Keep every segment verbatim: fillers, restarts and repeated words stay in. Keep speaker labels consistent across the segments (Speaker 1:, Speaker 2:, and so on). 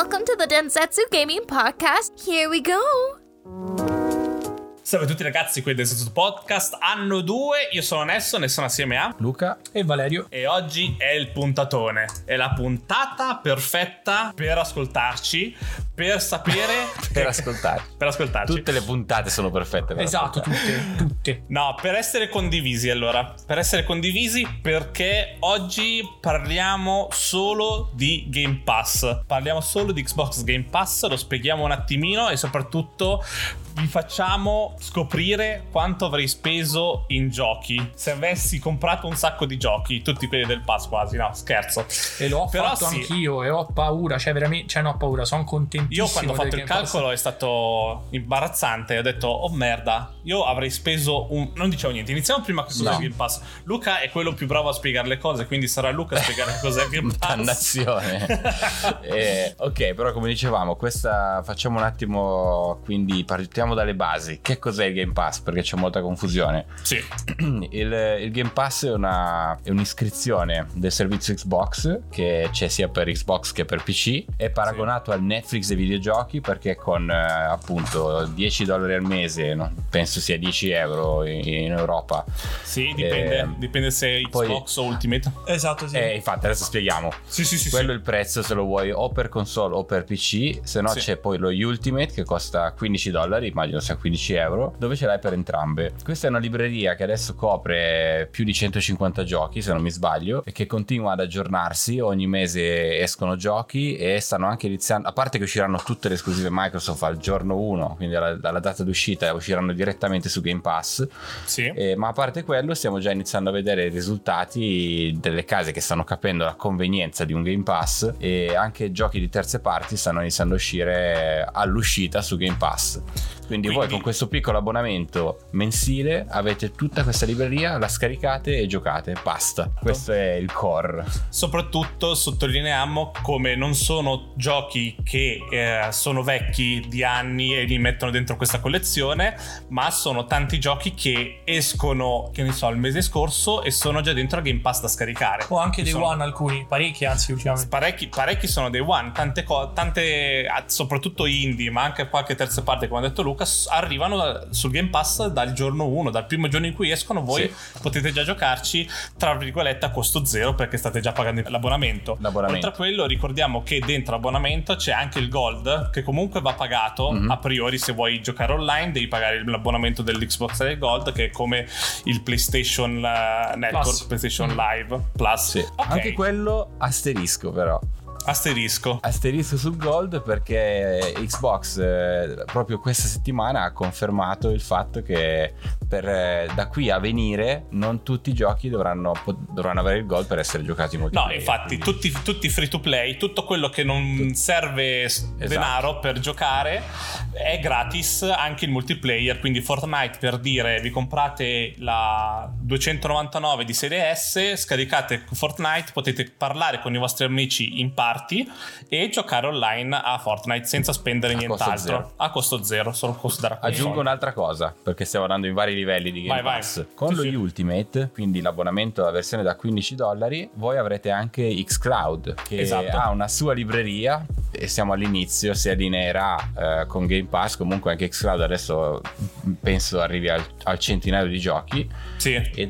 Speaker 1: Welcome to the Densetsu Gaming Podcast. Here we go.
Speaker 2: Salve a tutti ragazzi, qui del Densetsu Podcast, anno due, io sono Nelson e sono assieme a
Speaker 3: Luca
Speaker 4: e Valerio.
Speaker 2: E oggi è il puntatone, è la puntata perfetta per ascoltarci, per sapere
Speaker 3: Per ascoltarci
Speaker 2: Per ascoltarci
Speaker 3: Tutte le puntate sono perfette per
Speaker 4: Esatto, tutte, tutte
Speaker 2: No, per essere condivisi allora Per essere condivisi perché oggi parliamo solo di Game Pass. Parliamo solo di Xbox Game Pass, lo spieghiamo un attimino e soprattutto vi facciamo scoprire quanto avrei speso in giochi se avessi comprato un sacco di giochi, tutti quelli del pass quasi, no scherzo.
Speaker 4: E l'ho
Speaker 2: Però
Speaker 4: fatto
Speaker 2: sì.
Speaker 4: anch'io e ho paura, cioè veramente, cioè no ho paura, sono contentissimo.
Speaker 2: Io quando ho fatto il calcolo è stato imbarazzante, ho detto oh merda, io avrei speso un... non dicevo niente, iniziamo prima che cos'è
Speaker 3: No.
Speaker 2: il Game Pass. Luca è quello più bravo a spiegare le cose, quindi sarà Luca a spiegare cos'è il Game Pass.
Speaker 3: Dannazione. eh, Ok, però come dicevamo, questa facciamo un attimo, quindi partiamo dalle basi. Che cos'è il Game Pass? Perché c'è molta confusione.
Speaker 2: Sì.
Speaker 3: Il, il Game Pass è, una, è un'iscrizione del servizio Xbox che c'è sia per Xbox che per P C. È paragonato sì. al Netflix dei videogiochi perché con eh, appunto dieci dollari al mese, no? Penso sia dieci euro in, in Europa.
Speaker 2: Sì, dipende,
Speaker 3: eh,
Speaker 2: dipende se Xbox
Speaker 3: poi,
Speaker 2: o Ultimate.
Speaker 4: Esatto, sì.
Speaker 3: Eh, infatti adesso spieghiamo.
Speaker 2: Sì, sì, sì.
Speaker 3: Quello
Speaker 2: sì.
Speaker 3: è il prezzo se lo vuoi o per console o per P C. Se no
Speaker 2: sì.
Speaker 3: c'è poi lo Ultimate che costa quindici dollari, immagino sia quindici euro, dove ce l'hai per entrambe. Questa è una libreria che adesso copre più di centocinquanta giochi, se non mi sbaglio, e che continua ad aggiornarsi. Ogni mese escono giochi e stanno anche iniziando, a parte che usciranno tutte le esclusive Microsoft al giorno uno, quindi alla, alla data d'uscita usciranno direttamente su Game Pass.
Speaker 2: Sì.
Speaker 3: Eh, ma a parte quello stiamo già iniziando a vedere i risultati delle case che stanno capendo la convenienza di un Game Pass, e anche giochi di terze parti stanno iniziando a uscire all'uscita su Game Pass. Quindi, Quindi voi con questo piccolo abbonamento mensile avete tutta questa libreria, la scaricate e giocate, basta. Questo è il core.
Speaker 2: Soprattutto sottolineiamo come non sono giochi che eh, sono vecchi di anni e li mettono dentro questa collezione, ma sono tanti giochi che escono, che ne so, il mese scorso e sono già dentro a Game Pass da scaricare.
Speaker 4: O anche dei
Speaker 2: sono...
Speaker 4: one alcuni, parecchi anzi ultimamente.
Speaker 2: Parecchi, parecchi sono dei one, tante, co- tante soprattutto indie, ma anche qualche terza parte, come ha detto Luca, arrivano sul Game Pass dal giorno uno, dal primo giorno in cui escono. Voi sì. potete già giocarci tra virgolette a costo zero perché state già pagando l'abbonamento.
Speaker 3: l'abbonamento.
Speaker 2: Oltre a quello ricordiamo che dentro l'abbonamento c'è anche il Gold, che comunque va pagato. Mm-hmm. A priori se vuoi giocare online devi pagare l'abbonamento dell'Xbox del Gold, che è come il PlayStation Network Plus. PlayStation mm-hmm. Live Plus.
Speaker 3: Sì. Okay. Anche quello asterisco però.
Speaker 2: Asterisco
Speaker 3: Asterisco sul Gold perché Xbox eh, proprio questa settimana ha confermato il fatto che per eh, da qui a venire non tutti i giochi dovranno, dovranno avere il Gold per essere giocati molto.
Speaker 2: No, infatti tutti, tutti free to play, tutto quello che non Tut- serve esatto. denaro per giocare è gratis, anche il multiplayer. Quindi Fortnite, per dire, vi comprate la duecentonovantanove di serie S, scaricate Fortnite, potete parlare con i vostri amici in party e giocare online a Fortnite senza spendere a nient'altro, costo a costo zero, solo costo da raccogliere.
Speaker 3: Aggiungo un'altra cosa, perché stiamo andando in vari livelli di Game
Speaker 2: vai,
Speaker 3: Pass.
Speaker 2: vai.
Speaker 3: Con
Speaker 2: sì,
Speaker 3: lo
Speaker 2: sì.
Speaker 3: Ultimate, quindi l'abbonamento, la versione da quindici dollari, voi avrete anche xCloud che
Speaker 2: esatto.
Speaker 3: ha una sua libreria e siamo all'inizio, si allineerà eh, con Game Pass. Comunque anche xCloud adesso penso arrivi al, al centinaio di giochi,
Speaker 2: sì.
Speaker 3: ed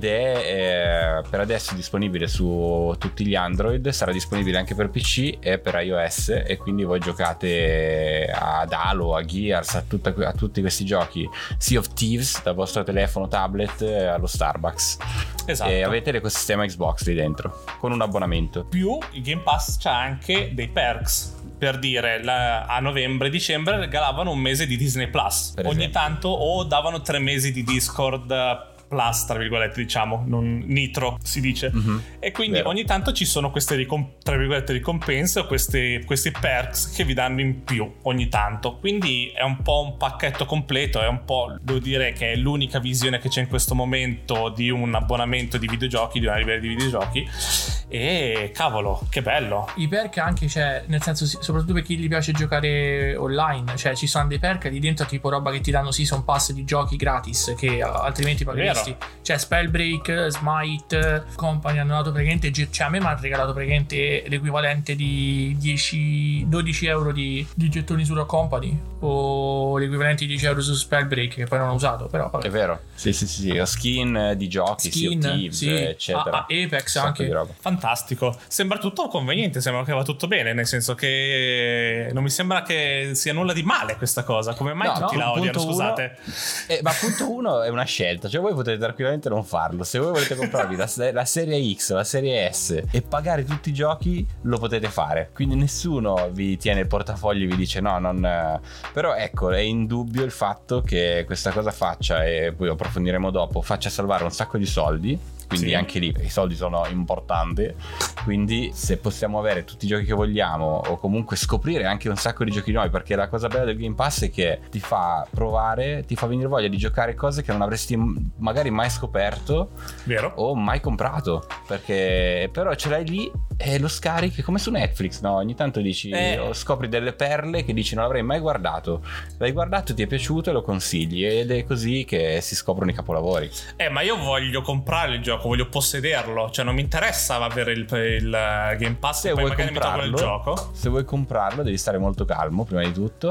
Speaker 3: è eh, per adesso disponibile su tutti gli Android, sarà disponibile anche per P C e per iOS, e quindi voi giocate ad Halo, a Gears, a, tutta, a tutti questi giochi, Sea of Thieves dal vostro telefono, tablet, allo Starbucks.
Speaker 2: Esatto.
Speaker 3: E avete l'ecosistema Xbox lì dentro con un abbonamento.
Speaker 2: Più il Game Pass c'ha anche dei perks. Per dire, la, a novembre dicembre regalavano un mese di Disney Plus
Speaker 3: per
Speaker 2: ogni
Speaker 3: esempio.
Speaker 2: tanto, o davano tre mesi di Discord Plus, tra virgolette, diciamo, non Nitro si dice. Mm-hmm. E quindi Vero. ogni tanto ci sono queste ricom- tra virgolette ricompense o questi, questi perks che vi danno in più ogni tanto. Quindi è un po' un pacchetto completo, è un po', devo dire che è l'unica visione che c'è in questo momento di un abbonamento di videogiochi, di una libreria di videogiochi. E cavolo, che bello.
Speaker 4: I perk anche, cioè, nel senso, soprattutto per chi gli piace giocare online, cioè ci sono dei perk di dentro, tipo roba che ti danno season pass di giochi gratis che altrimenti pagheresti. Cioè Spellbreak, Smite, Company hanno dato praticamente, cioè a me mi hanno regalato praticamente l'equivalente di dieci dodici euro di, di gettoni su Rock Company, o l'equivalente di dieci euro su Spellbreak, che poi non ho usato, però vabbè.
Speaker 3: È vero, sì sì sì, sì. Skin di giochi,
Speaker 4: Skin,
Speaker 3: Sea of Thieves,
Speaker 4: sì.
Speaker 3: eccetera.
Speaker 4: Ah, ah, Apex anche.
Speaker 2: Fantastico, sembra tutto conveniente, sembra che va tutto bene, nel senso che non mi sembra che sia nulla di male questa cosa. Come mai
Speaker 3: No,
Speaker 2: tutti
Speaker 3: no,
Speaker 2: la odiano,
Speaker 3: punto
Speaker 2: scusate?
Speaker 3: uno, eh, ma punto uno è una scelta, cioè voi potete tranquillamente non farlo. Se voi volete comprarvi la, la serie X, la serie S e pagare tutti i giochi, lo potete fare, quindi nessuno vi tiene il portafoglio e vi dice no, non. Però ecco, è indubbio il fatto che questa cosa faccia, e poi approfondiremo dopo, faccia salvare un sacco di soldi. Quindi
Speaker 2: sì,
Speaker 3: anche lì i soldi sono importanti, quindi se possiamo avere tutti i giochi che vogliamo, o comunque scoprire anche un sacco di giochi nuovi, perché la cosa bella del Game Pass è che ti fa provare, ti fa venire voglia di giocare cose che non avresti magari mai scoperto,
Speaker 2: vero,
Speaker 3: o mai comprato, perché però ce l'hai lì e lo scarichi come su Netflix, no? Ogni tanto dici
Speaker 2: eh.
Speaker 3: o scopri delle perle che dici non l'avrei mai guardato, l'hai guardato, ti è piaciuto e lo consigli, ed è così che si scoprono i capolavori.
Speaker 2: Eh, ma io voglio comprare il gioco, voglio possederlo, cioè non mi interessa avere il, il Game Pass
Speaker 3: se
Speaker 2: e poi
Speaker 3: vuoi
Speaker 2: magari mi trovo il gioco.
Speaker 3: Se vuoi comprarlo devi stare molto calmo prima di tutto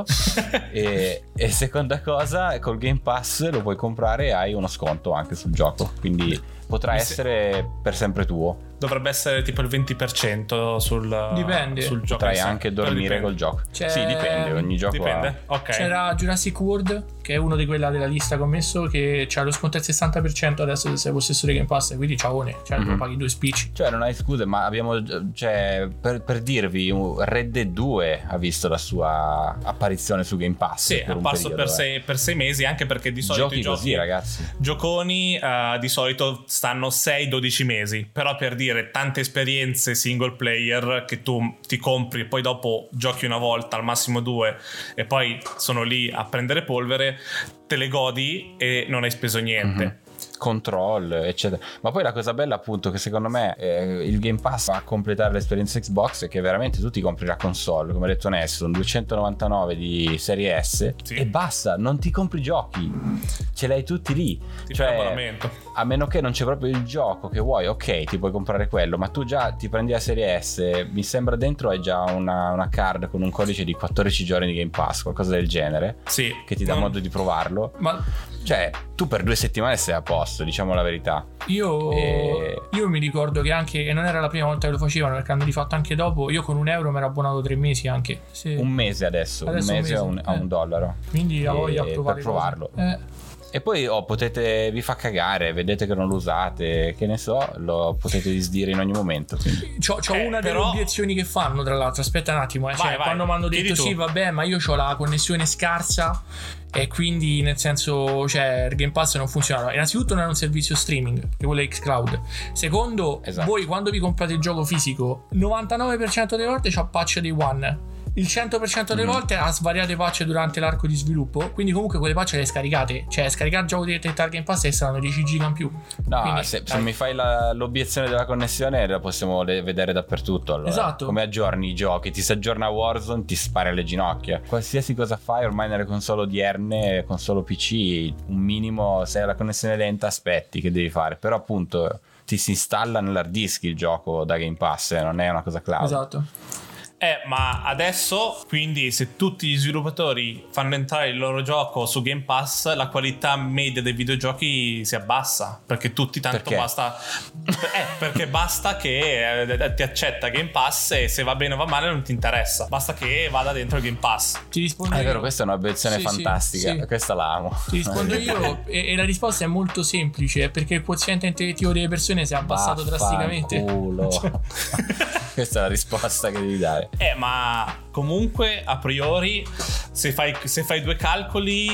Speaker 3: e, e seconda cosa, col Game Pass lo puoi comprare e hai uno sconto anche sul gioco, quindi potrà
Speaker 2: Mi
Speaker 3: essere
Speaker 2: se...
Speaker 3: per sempre tuo.
Speaker 2: Dovrebbe essere tipo il venti per cento sul,
Speaker 4: dipende.
Speaker 2: sul gioco.
Speaker 3: Potrai anche dormire col gioco.
Speaker 4: C'è...
Speaker 3: Sì, dipende, ogni gioco
Speaker 2: dipende.
Speaker 3: ha...
Speaker 2: Ok.
Speaker 4: C'era Jurassic World, che è uno di quella della lista che ho messo, che c'ha lo sconto al sessanta per cento adesso se sei possessore Game Pass, quindi ciaone, cioè
Speaker 3: Mm-hmm.
Speaker 4: lo paghi due spicci.
Speaker 3: Cioè non hai scuse, ma abbiamo, cioè per, per dirvi, Red Dead due ha visto la sua apparizione su Game Pass.
Speaker 2: Sì, è
Speaker 3: per un
Speaker 2: apparso
Speaker 3: periodo,
Speaker 2: per sei, per sei mesi, anche perché di solito
Speaker 3: giochi
Speaker 2: i giochi
Speaker 3: così, ragazzi.
Speaker 2: gioconi uh, di solito stanno sei dodici mesi, però per dire tante esperienze single player che tu ti compri e poi dopo giochi una volta, al massimo due, e poi sono lì a prendere polvere, te le godi e non hai speso niente.
Speaker 3: Mm-hmm. Control, eccetera. Ma poi la cosa bella, appunto, che secondo me eh, il Game Pass va a completare l'esperienza Xbox, è che veramente tu ti compri la console, come ha detto Nessun, duecentonovantanove di serie S,
Speaker 2: sì,
Speaker 3: e basta, non ti compri giochi, ce l'hai tutti lì.
Speaker 2: Ti
Speaker 3: cioè,
Speaker 2: fai abbonamento.
Speaker 3: A meno che non c'è proprio il gioco che vuoi, ok, ti puoi comprare quello, ma tu già ti prendi la serie S, mi sembra dentro hai già una, una card con un codice di quattordici giorni di Game Pass, qualcosa del genere,
Speaker 2: sì,
Speaker 3: che ti dà
Speaker 2: non...
Speaker 3: modo di provarlo.
Speaker 4: Ma
Speaker 3: cioè tu per due settimane sei a posto, diciamo la verità.
Speaker 4: io,
Speaker 3: e...
Speaker 4: io mi ricordo che anche, e non era la prima volta che lo facevano, perché hanno rifatto anche dopo, io con un euro mi ero abbonato tre mesi anche. Se...
Speaker 3: un mese adesso,
Speaker 4: adesso
Speaker 3: un mese,
Speaker 4: un
Speaker 3: a, un,
Speaker 4: mese.
Speaker 3: a un
Speaker 4: Eh.
Speaker 3: dollaro,
Speaker 4: Quindi la
Speaker 3: e-
Speaker 4: voglia a provare
Speaker 3: per provarlo.
Speaker 4: Eh.
Speaker 3: E poi oh, potete, vi fa cagare, vedete che non lo usate, che ne so, lo potete disdire in ogni momento, quindi.
Speaker 4: C'ho, c'ho
Speaker 2: Eh,
Speaker 4: una
Speaker 2: però-
Speaker 4: delle obiezioni che fanno, tra l'altro. Aspetta un attimo, eh.
Speaker 2: Vai,
Speaker 4: cioè,
Speaker 2: vai,
Speaker 4: quando mi hanno
Speaker 2: chiedi
Speaker 4: detto
Speaker 2: tu.
Speaker 4: sì, vabbè, ma io ho la connessione scarsa e quindi nel senso, cioè, il Game Pass non funziona. Innanzitutto non è un servizio streaming, che quello è xCloud. Secondo,
Speaker 3: Esatto.
Speaker 4: voi quando vi comprate il gioco fisico, novantanove per cento delle volte c'ha patch day one. Il cento per cento delle
Speaker 3: Mm.
Speaker 4: volte ha svariate patch durante l'arco di sviluppo. Quindi comunque quelle patch le scaricate. Cioè scaricare il gioco direttamente al Game Pass e saranno dieci giga in più.
Speaker 3: No,
Speaker 4: Quindi,
Speaker 3: se, se
Speaker 4: dai.
Speaker 3: mi fai la- l'obiezione della connessione la possiamo le- vedere dappertutto, allora.
Speaker 4: Esatto.
Speaker 3: Come aggiorni i giochi, ti si aggiorna Warzone, ti spari alle ginocchia. Qualsiasi cosa fai ormai nelle console odierne, console P C, un minimo, se hai la connessione lenta aspetti, che devi fare. Però appunto ti si installa nell'hard disk il gioco da Game Pass, eh, non è una cosa cloud.
Speaker 4: Esatto.
Speaker 2: Eh, ma adesso, quindi, se tutti gli sviluppatori fanno entrare il loro gioco su Game Pass, la qualità media dei videogiochi si abbassa. Perché tutti tanto
Speaker 3: Perché?
Speaker 2: basta. Eh, perché basta che eh, ti accetta Game Pass e se va bene o va male non ti interessa. Basta che vada dentro il Game Pass.
Speaker 4: Ti rispondo
Speaker 3: Ah, è
Speaker 4: io.
Speaker 3: vero, questa è un'obiezione
Speaker 4: Sì, sì,
Speaker 3: fantastica.
Speaker 4: sì.
Speaker 3: Questa la amo.
Speaker 4: Ti rispondo io e, e la risposta è molto semplice, perché il quoziente intellettivo delle persone si è abbassato drasticamente.
Speaker 3: Vaffanculo. Questa è la risposta che devi dare.
Speaker 2: Eh, ma comunque a priori, se fai, se fai due calcoli,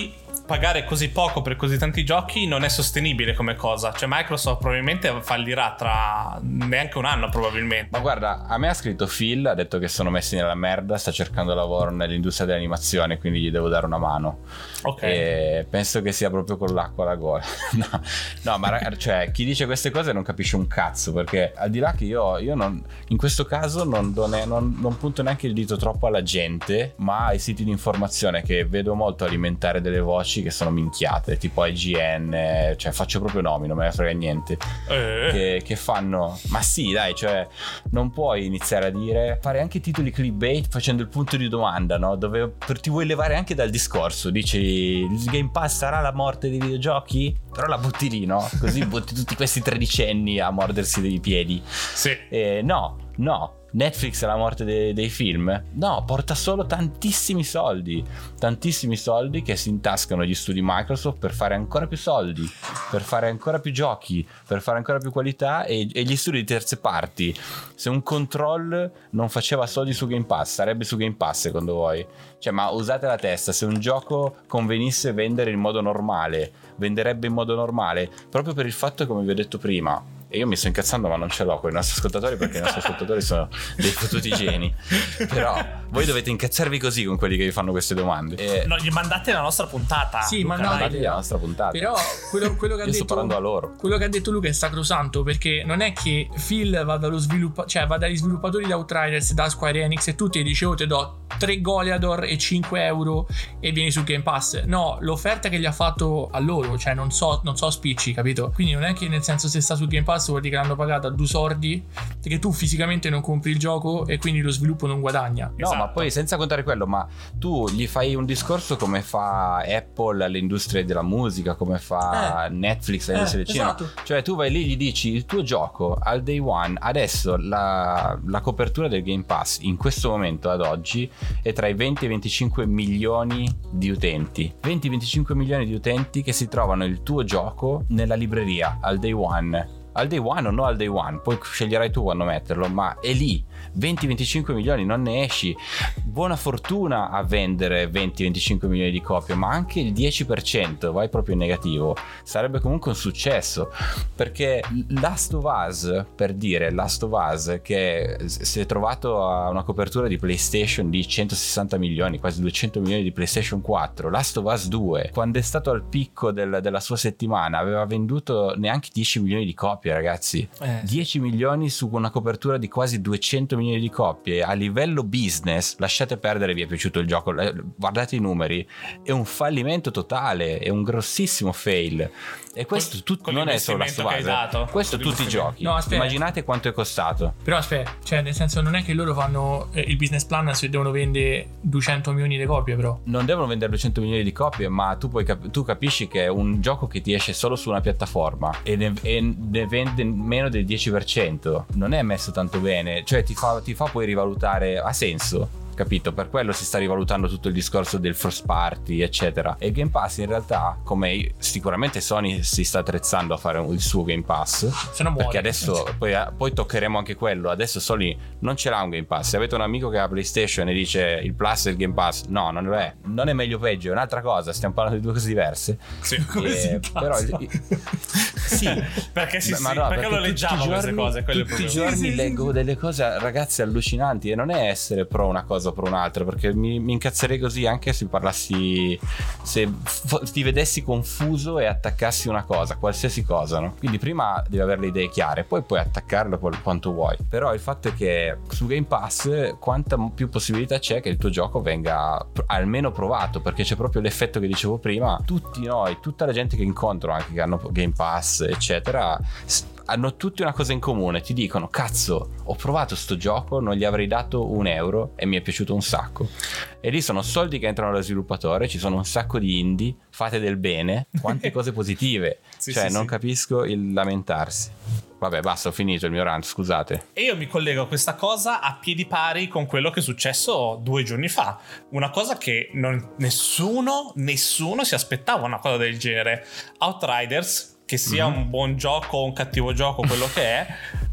Speaker 2: pagare così poco per così tanti giochi non è sostenibile come cosa. Cioè Microsoft probabilmente fallirà tra neanche un anno probabilmente.
Speaker 3: Ma guarda, a me ha scritto Phil, ha detto che sono messi nella merda, sta cercando lavoro nell'industria dell'animazione, quindi gli devo dare una mano.
Speaker 2: Ok.
Speaker 3: E penso che sia proprio con l'acqua alla gola. no, no, ma rag- cioè chi dice queste cose non capisce un cazzo, perché al di là che io, io non, in questo caso non, non, è, non, non punto neanche il dito troppo alla gente, ma ai siti di informazione che vedo molto alimentare delle voci che sono minchiate, tipo I G N, cioè faccio proprio nomi, non me ne frega niente,
Speaker 2: Eh.
Speaker 3: che, che fanno, ma sì dai, cioè non puoi iniziare a dire, fare anche titoli clickbait facendo il punto di domanda, no? Dove per, ti vuoi levare anche dal discorso, dici il Game Pass sarà la morte dei videogiochi? Però la butti lì, no? Così butti tutti questi tredicenni a mordersi dei piedi.
Speaker 2: Sì.
Speaker 3: Eh, no, no. Netflix è la morte de- dei film? No, porta solo tantissimi soldi, tantissimi soldi che si intascano gli studi Microsoft per fare ancora più soldi, per fare ancora più giochi, per fare ancora più qualità, e, e gli studi di terze parti. Se un Control non faceva soldi su Game Pass, sarebbe su Game Pass secondo voi? Cioè, ma usate la testa, se un gioco convenisse vendere in modo normale, venderebbe in modo normale, proprio per il fatto, come vi ho detto prima. E io mi sto incazzando, ma non ce l'ho con i nostri ascoltatori, perché i nostri ascoltatori sono dei fottuti geni. Però voi dovete incazzarvi così con quelli che vi fanno queste domande. E
Speaker 2: No, gli mandate la nostra puntata.
Speaker 4: Sì,
Speaker 2: Luca,
Speaker 4: mandate.
Speaker 2: dai.
Speaker 3: mandate la nostra puntata.
Speaker 4: Però quello, quello che ha
Speaker 3: Io sto
Speaker 4: detto
Speaker 3: parlando a loro.
Speaker 4: quello che ha detto Luca è sacrosanto, perché non è che Phil va dallo sviluppa- cioè va dagli sviluppatori di Outriders, da Square Enix e tutti, e dice oh te do tre Goliador e cinque euro e vieni su Game Pass. No, l'offerta che gli ha fatto a loro, cioè non so, non so spicci, capito? Quindi non è che nel senso se sta su Game Pass vuol dire che l'hanno pagato a due sordi, perché tu fisicamente non compri il gioco e quindi lo sviluppo non guadagna.
Speaker 3: No,
Speaker 2: Esatto.
Speaker 3: ma poi senza contare quello, ma tu gli fai un discorso come fa Apple alle industrie della musica, come fa
Speaker 4: Eh.
Speaker 3: Netflix all'industria
Speaker 4: Eh,
Speaker 3: del cinema.
Speaker 4: esatto.
Speaker 3: Cioè tu vai lì e gli dici il tuo gioco al day one, adesso la, la copertura del Game Pass in questo momento ad oggi è tra i venti e i venticinque milioni di utenti. venti venticinque milioni di utenti che si trovano il tuo gioco nella libreria al day one. Al day one o no al day one, poi sceglierai tu quando metterlo, ma è lì. venti venticinque milioni, non ne esci. Buona fortuna a vendere venti venticinque milioni di copie, ma anche il dieci per cento, vai proprio in negativo, sarebbe comunque un successo. Perché Last of Us, per dire, Last of Us, che si è trovato a una copertura di PlayStation di centosessanta milioni, quasi duecento milioni di PlayStation quattro. Last of Us due, quando è stato al picco del, della sua settimana, aveva venduto neanche dieci milioni di copie, ragazzi.
Speaker 2: Eh.
Speaker 3: dieci milioni su una copertura di quasi duecento milioni di copie. A livello business, lasciate perdere, vi è piaciuto il gioco, eh, guardate i numeri, è un fallimento totale, è un grossissimo fail. E questo
Speaker 2: Con-
Speaker 3: tut-
Speaker 2: con
Speaker 3: non è solo la
Speaker 2: l'investimento che hai dato.
Speaker 3: questo
Speaker 2: Con
Speaker 3: tutti i giochi.
Speaker 4: No, aspetta.
Speaker 3: Immaginate quanto è costato.
Speaker 4: Però aspetta, cioè nel senso non è che loro fanno eh, il business plan se devono vendere duecento milioni di copie, però.
Speaker 3: Non devono vendere duecento milioni di copie, ma tu, puoi cap- tu capisci che un gioco che ti esce solo su una piattaforma e ne, e ne vende meno del dieci per cento non è messo tanto bene. Cioè ti fa, ti fa poi rivalutare, ha senso? Capito? Per quello si sta rivalutando tutto il discorso del first party eccetera. E il Game Pass in realtà, come sicuramente Sony si sta attrezzando a fare il suo Game Pass,
Speaker 4: Se no muore.
Speaker 3: perché adesso poi, poi toccheremo anche quello. Adesso Sony non ce l'ha un Game Pass. Se avete un amico che ha PlayStation e dice il Plus è il Game Pass, no, non lo è. Non è meglio o peggio, è un'altra cosa. Stiamo parlando di due cose diverse.
Speaker 2: Sì.
Speaker 4: Come si
Speaker 3: Eh,
Speaker 4: incazza?
Speaker 3: però il- sì,
Speaker 2: Perché sì,
Speaker 3: Ma
Speaker 2: sì,
Speaker 3: no,
Speaker 2: perché lo
Speaker 3: tutti i
Speaker 2: leggiamo queste
Speaker 3: giorni-
Speaker 2: cose, quello è il
Speaker 3: tutti i
Speaker 2: problema.
Speaker 3: giorni
Speaker 4: Sì, sì,
Speaker 3: leggo
Speaker 4: sì.
Speaker 3: delle cose, ragazzi, allucinanti, e non è essere pro una cosa o pro un'altra, perché mi, mi incazzerei così anche se parlassi, se f- ti vedessi confuso e attaccassi una cosa, qualsiasi cosa, no? Quindi prima devi avere le idee chiare, poi puoi attaccarlo quel- quanto vuoi. Però il fatto è che su Game Pass quanta più possibilità c'è che il tuo gioco venga pr- almeno provato, perché c'è proprio l'effetto che dicevo prima. Tutti noi, tutta la gente che incontro anche che hanno Game Pass eccetera, s- hanno tutti una cosa in comune, ti dicono cazzo, ho provato sto gioco, non gli avrei dato un euro e mi è piaciuto un sacco. E lì sono soldi che entrano dallo sviluppatore, ci sono un sacco di indie, fate del bene, quante cose positive.
Speaker 2: Sì,
Speaker 3: cioè
Speaker 2: sì,
Speaker 3: non
Speaker 2: sì.
Speaker 3: capisco il lamentarsi. Vabbè, basta, ho finito il mio rant, scusate.
Speaker 2: E io mi collego a questa cosa a piedi pari con quello che è successo due giorni fa. Una cosa che non- nessuno, nessuno si aspettava una cosa del genere. Outriders, che sia
Speaker 3: Mhm.
Speaker 2: un buon gioco o un cattivo gioco, quello che è,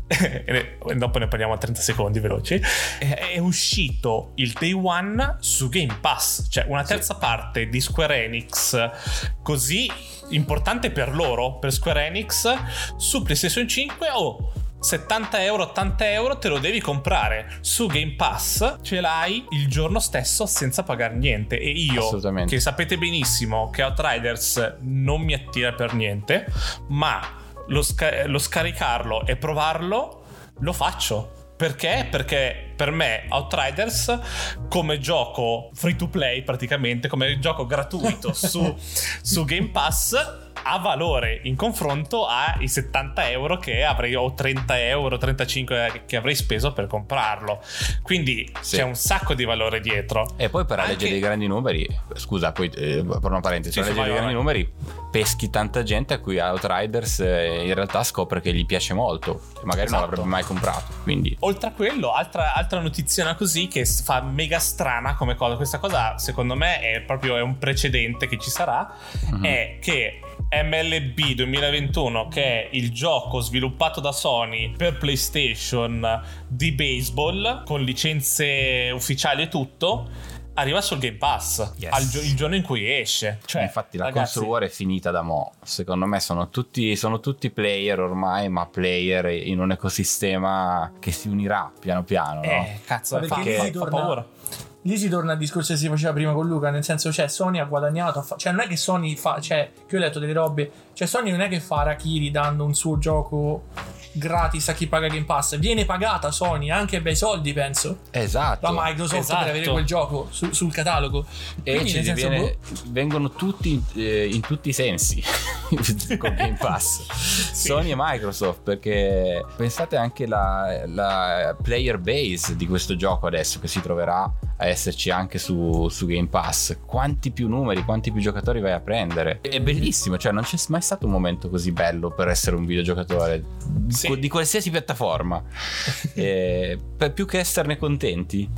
Speaker 2: e dopo ne parliamo a trenta secondi veloci, è uscito il day one su Game Pass, cioè una terza sì. parte di Square Enix così importante per loro, per Square Enix, su PlayStation cinque. Oh, settanta euro, ottanta euro te lo devi comprare su Game Pass, ce l'hai il giorno stesso senza pagare niente. E io, che sapete benissimo che Outriders non mi attira per niente, ma lo, sca- lo scaricarlo e provarlo lo faccio. Perché? Perché per me Outriders, come gioco free to play praticamente, come gioco gratuito su, su Game Pass, ha valore in confronto ai settanta euro che avrei, o trenta euro, trentacinque che avrei speso per comprarlo. Quindi sì. c'è un sacco di valore dietro.
Speaker 3: E poi per la Anche... legge dei grandi numeri, scusa, poi eh, per una parentesi, sì, per la legge dei grandi vai. numeri peschi tanta gente a cui Outriders eh, in realtà scopre che gli piace molto, magari esatto. non l'avrebbe mai comprato. Quindi
Speaker 2: oltre a quello, altra, altra notizia così che fa mega strana come cosa, questa cosa secondo me è proprio è un precedente che ci sarà, mm-hmm. è che M L B duemilaventuno, che è il gioco sviluppato da Sony per PlayStation di baseball con licenze ufficiali e tutto, arriva sul Game Pass yes. al gio- il giorno in cui esce. Cioè,
Speaker 3: infatti la
Speaker 2: ragazzi,
Speaker 3: console war è finita da mo'. Secondo me sono tutti, sono tutti player ormai, ma player in un ecosistema che si unirà piano piano.
Speaker 2: Eh,
Speaker 3: no?
Speaker 2: cazzo,
Speaker 4: fa,
Speaker 2: fa, fa,
Speaker 4: torna...
Speaker 2: fa paura.
Speaker 4: Lì si torna al discorso che si faceva prima con Luca, nel senso, cioè Sony ha guadagnato, fa- cioè non è che Sony fa, cioè che ho letto delle robe, cioè Sony non è che fa Harakiri dando un suo gioco gratis a chi paga Game Pass, viene pagata Sony anche bei soldi, penso,
Speaker 3: esatto,
Speaker 4: da Microsoft
Speaker 2: esatto.
Speaker 4: per avere quel gioco su- sul catalogo.
Speaker 3: E
Speaker 4: quindi,
Speaker 3: ci
Speaker 4: nel senso,
Speaker 3: viene,
Speaker 4: boh.
Speaker 3: vengono tutti eh, in tutti i sensi con Game Pass sì. Sony e Microsoft, perché pensate anche la, la player base di questo gioco adesso che si troverà a esserci anche su, su Game Pass, quanti più numeri, quanti più giocatori vai a prendere. È bellissimo, cioè non c'è mai stato un momento così bello per essere un videogiocatore sì. di qualsiasi piattaforma. E, per più che esserne contenti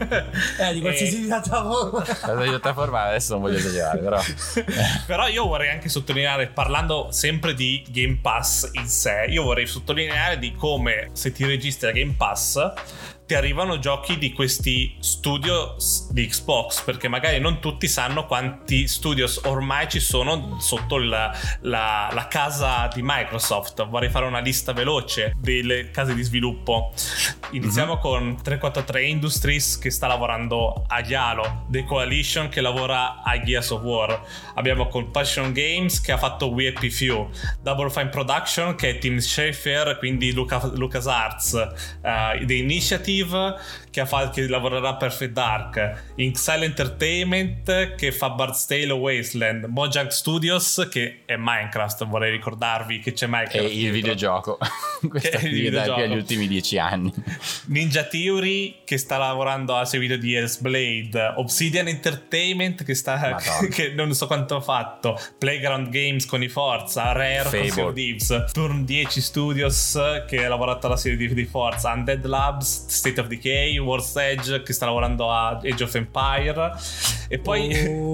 Speaker 4: eh di qualsiasi e... piattaforma
Speaker 3: la piattaforma adesso non voglio esagerare, però
Speaker 2: però io vorrei anche sottolineare, parlando sempre di Game Pass in sé, io vorrei sottolineare di come se ti registri a Game Pass ti arrivano giochi di questi studios di Xbox, perché magari non tutti sanno quanti studios ormai ci sono sotto la, la, la casa di Microsoft. Vorrei fare una lista veloce delle case di sviluppo. Iniziamo mm-hmm. con trecentoquarantatre Industries, che sta lavorando agli Halo, The Coalition che lavora a Gears of War, abbiamo Compulsion Games che ha fatto We Happy Few, Double Fine Production che è Tim Schafer, quindi Luca, LucasArts, uh, The Initiative che, fa, che lavorerà per Perfect Dark, Inxile Entertainment che fa Bard's Tale Wasteland, Mojang Studios che è Minecraft, vorrei ricordarvi che c'è Minecraft
Speaker 3: e il videogioco questa attività più agli ultimi dieci anni.
Speaker 2: Ninja Theory che sta lavorando al seguito di Hellblade, Obsidian Entertainment che sta che non so quanto ha fatto, Playground Games con i Forza, Rare Fable. Con Sea of Thieves, Turn dieci Studios che ha lavorato alla serie di, di Forza, Undead Labs, State of Decay, World's Edge che sta lavorando a Age of Empire, e poi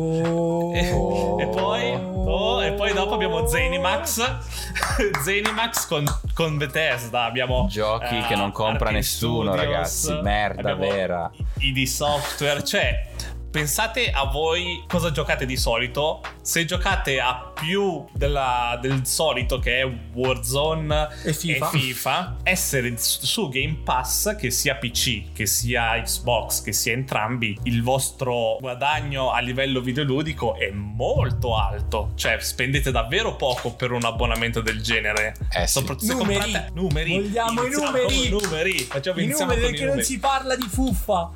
Speaker 4: oh,
Speaker 2: e, oh, e poi oh, e poi dopo abbiamo Zenimax Zenimax con, con Bethesda, abbiamo
Speaker 3: giochi uh, che non compra
Speaker 2: Arcane
Speaker 3: nessuno Studios, ragazzi, merda vera,
Speaker 2: i di software, cioè pensate a voi cosa giocate di solito. Se giocate a più della, del solito, che è Warzone
Speaker 4: e FIFA.
Speaker 2: e FIFA, essere su Game Pass, che sia P C, che sia Xbox, che sia entrambi, il vostro guadagno a livello videoludico è molto alto. Cioè spendete davvero poco per un abbonamento del genere.
Speaker 3: Eh sì.
Speaker 2: Soprattutto se
Speaker 4: numeri.
Speaker 2: comprate numeri.
Speaker 4: Vogliamo i
Speaker 2: iniziamo
Speaker 4: numeri.
Speaker 2: con i numeri. Facciamo
Speaker 4: I numeri, perché
Speaker 2: numeri.
Speaker 4: non si parla di fuffa.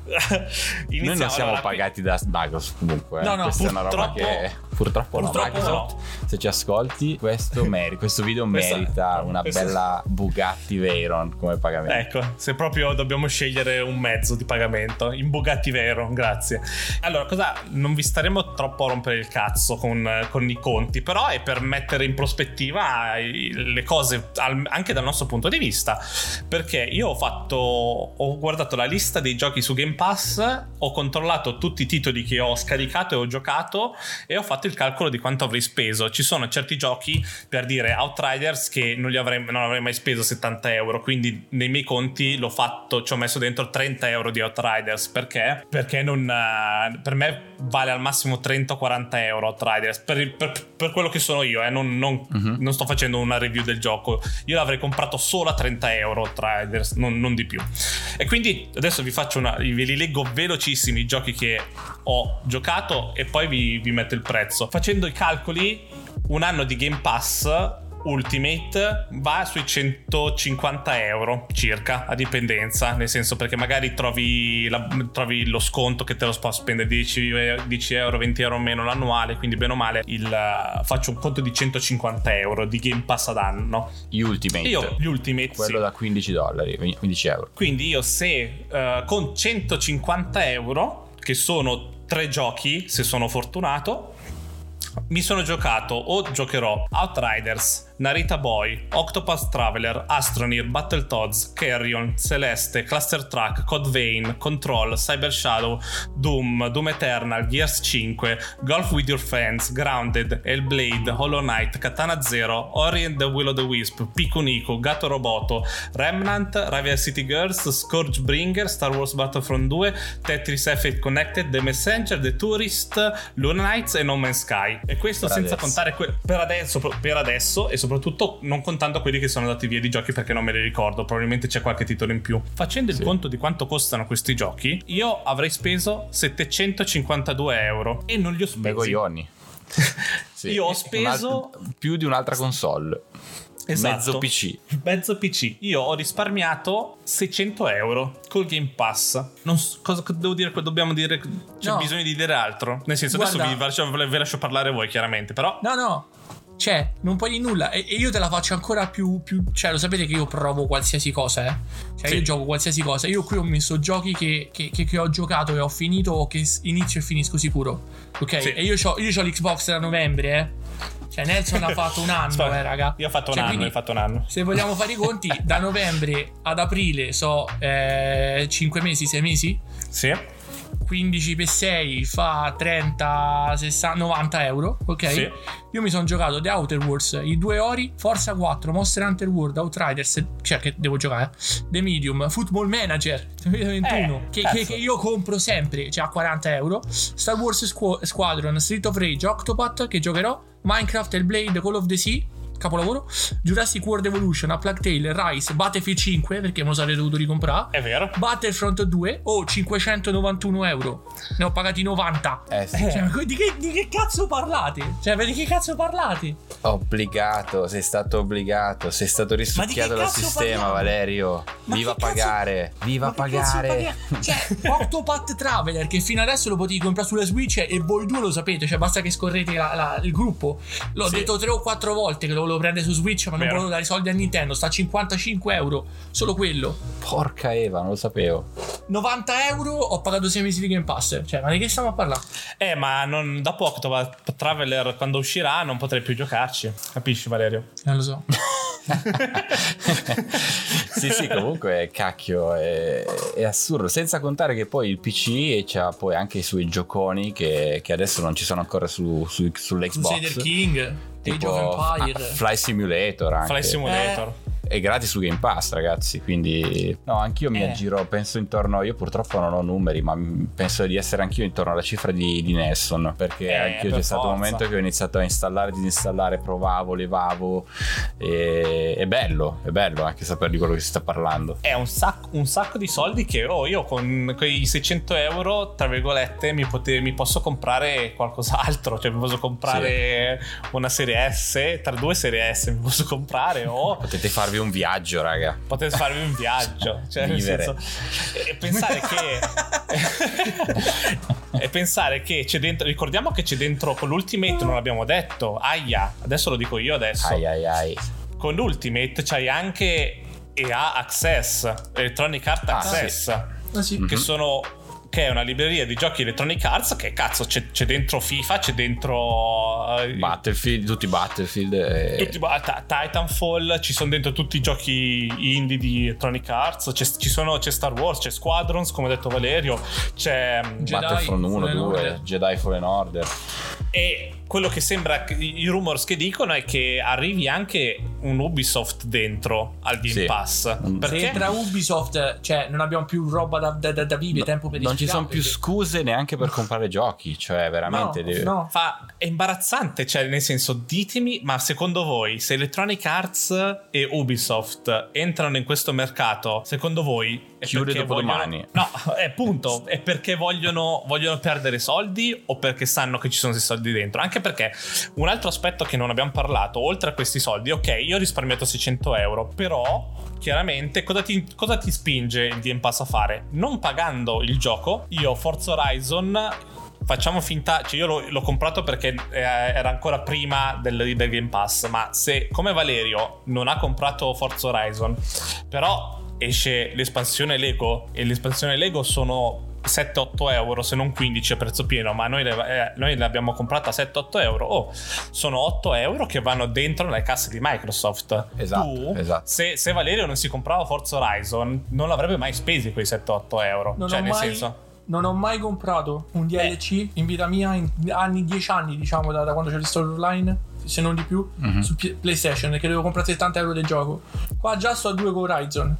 Speaker 3: Noi non siamo allora, pagati da Microsoft comunque.
Speaker 4: No, no,
Speaker 3: questa è una roba che purtroppo,
Speaker 2: purtroppo
Speaker 3: no, Microsoft,
Speaker 2: no.
Speaker 3: Se ci ascolti questo, meri- questo video questa, merita una questa... bella Bugatti Veyron come pagamento.
Speaker 2: Ecco, se proprio dobbiamo scegliere un mezzo di pagamento, in Bugatti Veyron, grazie. Allora, cosa, non vi staremo troppo a rompere il cazzo con, con i conti, però è per mettere in prospettiva le cose anche dal nostro punto di vista, perché io ho fatto ho guardato la lista dei giochi su Game Pass, ho controllato tutti i titoli che ho scaricato e ho giocato e ho fatto il il calcolo di quanto avrei speso. Ci sono certi giochi, per dire Outriders, che non, li avrei, non avrei mai speso settanta euro, quindi nei miei conti l'ho fatto, ci ho messo dentro trenta euro di Outriders. Perché? Perché non, uh, per me vale al massimo trenta o quaranta euro Outriders, per, per, per quello che sono io, eh, non, non, uh-huh. non sto facendo una review del gioco. Io l'avrei comprato solo a trenta euro Outriders, non, non di più. E quindi adesso vi faccio una, ve li leggo velocissimi i giochi che ho giocato e poi vi, vi metto il prezzo. Facendo i calcoli, un anno di Game Pass Ultimate va sui centocinquanta euro circa, a dipendenza, nel senso, perché magari trovi, la, trovi lo sconto che te lo fa spendere dieci euro, venti euro meno l'annuale, quindi bene o male il, uh, faccio un conto di centocinquanta euro di Game Pass ad anno.
Speaker 3: Gli Ultimate,
Speaker 2: io, gli Ultimate
Speaker 3: quello
Speaker 2: sì.
Speaker 3: Da quindici dollari, quindici euro.
Speaker 2: Quindi io se uh, con centocinquanta euro, che sono tre giochi se sono fortunato, mi sono giocato o giocherò Outriders, Narita Boy, Octopath Traveler, Astroneer, Battletoads, Carrion, Celeste, Cluster Truck, Code Vein, Control, Cyber Shadow, Doom, Doom Eternal, Gears cinque, Golf with Your Friends, Grounded, Hellblade, Hollow Knight, Katana Zero, Ori and the Will of the Wisp, Pico Nico, Gato Roboto, Remnant, Rival City Girls, Scourgebringer, Star Wars Battlefront due, Tetris Effect Connected, The Messenger, The Tourist, Luna Knights e No Man's Sky. E questo per senza adesso. contare que- per adesso per adesso e soprattutto non contando quelli che sono andati via di giochi, perché non me li ricordo, probabilmente c'è qualche titolo in più. Facendo sì. il conto di quanto costano questi giochi, io avrei speso settecentocinquantadue euro e non li ho spesi.
Speaker 3: Begoglioni. Sì.
Speaker 2: Io ho speso
Speaker 3: più di un'altra console.
Speaker 2: Esatto.
Speaker 3: Mezzo P C.
Speaker 2: Mezzo P C. Io ho risparmiato seicento euro col Game Pass. Non so, cosa devo dire? Dobbiamo dire. C'è no. bisogno di dire altro. Nel senso, Guarda. adesso vi lascio, vi lascio parlare voi, chiaramente. Però.
Speaker 4: No, no. Cioè, non puoi dire nulla. E, e io te la faccio ancora più, più. Cioè, lo sapete che io provo qualsiasi cosa, eh. Cioè, sì. io gioco qualsiasi cosa. Io qui ho messo giochi che, che, che, che ho giocato e ho finito, o che inizio e finisco sicuro. Ok? Sì. E io c'ho, io c'ho l'Xbox da novembre, eh. Cioè Nelson ha fatto un anno, Spar- eh raga.
Speaker 2: Io ho fatto
Speaker 4: cioè,
Speaker 2: un anno, hai fatto un anno.
Speaker 4: Se vogliamo fare i conti, da novembre ad aprile so eh, cinque mesi, sei mesi?
Speaker 2: Sì.
Speaker 4: quindici per sei fa trenta, sessanta, novanta euro, ok? Sì. Io mi sono giocato The Outer Worlds, i due Ori, Forza quattro, Monster Hunter World, Outriders, cioè che devo giocare, The Medium, Football Manager duemilaventuno, eh, che, che, che io compro sempre, cioè a quaranta euro, Star Wars Squ- Squadron, Street of Rage, Octopath, che giocherò, Minecraft, Hellblade, Call of the Sea, capolavoro, Jurassic World Evolution, A Plague Tale, Rise, Battlefield cinque, perché me lo sarei dovuto ricomprare,
Speaker 2: è vero,
Speaker 4: Battlefront due o oh, cinquecentonovantuno euro, ne ho pagati novanta.
Speaker 3: Eh sì.
Speaker 4: Cioè, di, che, di che cazzo parlate? Cioè, di che cazzo parlate?
Speaker 3: Obbligato, sei stato obbligato, sei stato risucchiato dal sistema, parliamo? Valerio. Ma viva pagare, cazzo? Viva pagare.
Speaker 4: Cioè, Octopath Traveler, che fino adesso lo potevi comprare sulla Switch e voi due lo sapete, cioè basta che scorrete la, la, il gruppo. L'ho sì. detto tre o quattro volte che lo volevo prendere su Switch, ma non
Speaker 2: Vero.
Speaker 4: volevo dare i soldi a Nintendo. Sta a cinquantacinque euro, solo quello.
Speaker 3: Porca Eva, non lo sapevo.
Speaker 4: novanta euro, ho pagato sei mesi di Game Pass. Cioè, ma di che stiamo a parlare?
Speaker 2: Eh, ma non, dopo Octopath Traveler, quando uscirà, non potrei più giocarci. Capisci, Valerio?
Speaker 4: Non lo so.
Speaker 3: Sì, sì, comunque cacchio è, è assurdo, senza contare che poi il P C c'ha poi anche i suoi gioconi che, che adesso non ci sono ancora su, su, sull'Xbox,
Speaker 4: Crusader King, Age of Empire,
Speaker 3: Fly Simulator anche.
Speaker 2: Fly Simulator
Speaker 4: eh.
Speaker 3: È gratis su Game Pass, ragazzi, quindi no, anch'io mi
Speaker 4: eh.
Speaker 3: aggiro, penso intorno, io purtroppo non ho numeri, ma penso di essere anch'io intorno alla cifra di, di Nelson, perché
Speaker 2: eh,
Speaker 3: anch'io
Speaker 2: per
Speaker 3: c'è stato un
Speaker 2: forza.
Speaker 3: momento che ho iniziato a installare, disinstallare, provavo, levavo, e è bello, è bello anche sapere di quello che si sta parlando.
Speaker 2: È un sacco, un sacco di soldi che oh, io con quei seicento euro, tra virgolette, mi, pote- mi posso comprare qualcos'altro, cioè mi posso comprare sì. una serie S, tra due serie S mi posso comprare, o
Speaker 3: potete farvi un viaggio, raga.
Speaker 2: Potete farvi un viaggio, cioè nel senso, e pensare che e pensare che c'è dentro, ricordiamo che c'è dentro con l'Ultimate, non l'abbiamo detto, aia, adesso lo dico io adesso.
Speaker 3: Ai ai ai.
Speaker 2: Con l'Ultimate c'hai anche E A Access, Electronic Arts
Speaker 3: ah,
Speaker 2: Access,
Speaker 4: sì. Ah, sì.
Speaker 2: che
Speaker 3: Mm-hmm. sono
Speaker 2: che è una libreria di giochi Electronic Arts che cazzo c'è, c'è dentro FIFA, c'è dentro uh,
Speaker 3: Battlefield, tutti Battlefield e...
Speaker 2: tutti, t- Titanfall, ci sono dentro tutti i giochi indie di Electronic Arts, c'è, ci sono, c'è Star Wars, c'è Squadrons come ha detto Valerio, c'è
Speaker 3: Battlefront uno, due, Jedi Fallen Order.
Speaker 2: E quello che sembra, i rumors che dicono è che arrivi anche un Ubisoft dentro al Game
Speaker 3: Sì.
Speaker 2: Pass. Perché?
Speaker 4: Se entra Ubisoft, cioè non abbiamo più roba da, da, da, da vivere, tempo per
Speaker 3: Non ci
Speaker 4: respirare,
Speaker 3: sono più
Speaker 4: perché-
Speaker 3: scuse neanche per comprare giochi, cioè veramente
Speaker 4: No,
Speaker 3: devi-
Speaker 4: no.
Speaker 2: Fa, è imbarazzante, cioè nel senso, ditemi, ma secondo voi se Electronic Arts e Ubisoft entrano in questo mercato, secondo voi è
Speaker 3: Chiude
Speaker 2: perché
Speaker 3: dopo
Speaker 2: vogliono...
Speaker 3: domani.
Speaker 2: No, è punto, è perché vogliono, vogliono perdere soldi o perché sanno che ci sono questi soldi dentro? Anche perché un altro aspetto che non abbiamo parlato, oltre a questi soldi, ok, io ho risparmiato seicento euro, però chiaramente cosa ti, cosa ti spinge il Game Pass a fare? Non pagando il gioco, io Forza Horizon, facciamo finta, cioè io l'ho, l'ho comprato perché eh, era ancora prima del, del Game Pass, ma se come Valerio non ha comprato Forza Horizon, però esce l'espansione Lego e l'espansione Lego sono sette otto euro, se non quindici a prezzo pieno, ma noi, le, eh, noi l'abbiamo comprata a sette otto euro. Oh, sono otto euro che vanno dentro nelle casse di Microsoft.
Speaker 3: Esatto,
Speaker 2: Tu,
Speaker 3: esatto.
Speaker 2: Se, se Valerio non si comprava Forza Horizon, non l'avrebbe mai spesi quei sette otto euro.
Speaker 4: Non
Speaker 2: cioè
Speaker 4: ho
Speaker 2: nel
Speaker 4: mai-
Speaker 2: senso,
Speaker 4: Non ho mai comprato un D L C in vita mia, in anni, dieci anni, diciamo, da, da quando c'è il store online, se non di più,
Speaker 3: Mhm.
Speaker 4: su P- PlayStation, che devo comprare settanta euro del gioco. Qua già sto a due con Horizon.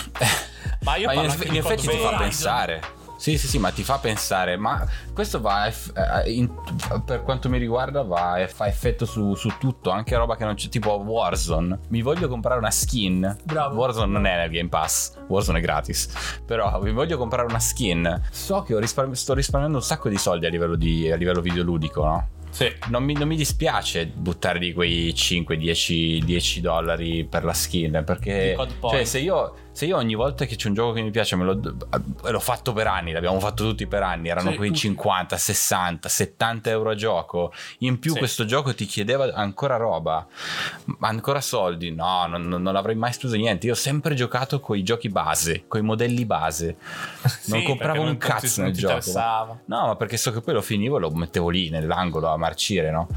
Speaker 2: ma io
Speaker 3: Ma in,
Speaker 2: parlo
Speaker 3: eff-
Speaker 2: anche
Speaker 3: in
Speaker 2: di
Speaker 3: effetti
Speaker 2: Code
Speaker 3: ti fa
Speaker 2: Vein.
Speaker 3: pensare. Sì, sì, sì, ma ti fa pensare. Ma questo va a eff- eh, in- per quanto mi riguarda va a fa effetto su, su tutto, anche roba che non c'è, tipo Warzone. Mi voglio comprare una skin.
Speaker 4: Bravo.
Speaker 3: Warzone non è nel Game Pass, Warzone è gratis. Però mi voglio comprare una skin. So che ho risparmi- sto risparmiando un sacco di soldi a livello, di, a livello videoludico, no?
Speaker 2: Sì.
Speaker 3: Non mi, non mi dispiace buttare di quei cinque dieci dollari per la skin, perché
Speaker 2: Di Code Point.
Speaker 3: cioè se io, se io ogni volta che c'è un gioco che mi piace me lo, e l'ho fatto per anni, l'abbiamo fatto tutti per anni, erano
Speaker 4: Sì,
Speaker 3: quei
Speaker 4: tutti.
Speaker 3: cinquanta, sessanta, settanta euro a gioco, in più
Speaker 2: Sì.
Speaker 3: questo gioco ti chiedeva ancora roba, ancora soldi, no, non, non, non avrei mai speso niente. Io ho sempre giocato con i giochi base, con i modelli base, non
Speaker 2: Sì,
Speaker 3: compravo
Speaker 2: perché
Speaker 3: un
Speaker 2: non-
Speaker 3: cazzo
Speaker 2: non ti
Speaker 3: nel gioco.
Speaker 2: interessava.
Speaker 3: No, ma perché so che poi lo finivo e lo mettevo lì nell'angolo a marcire, no?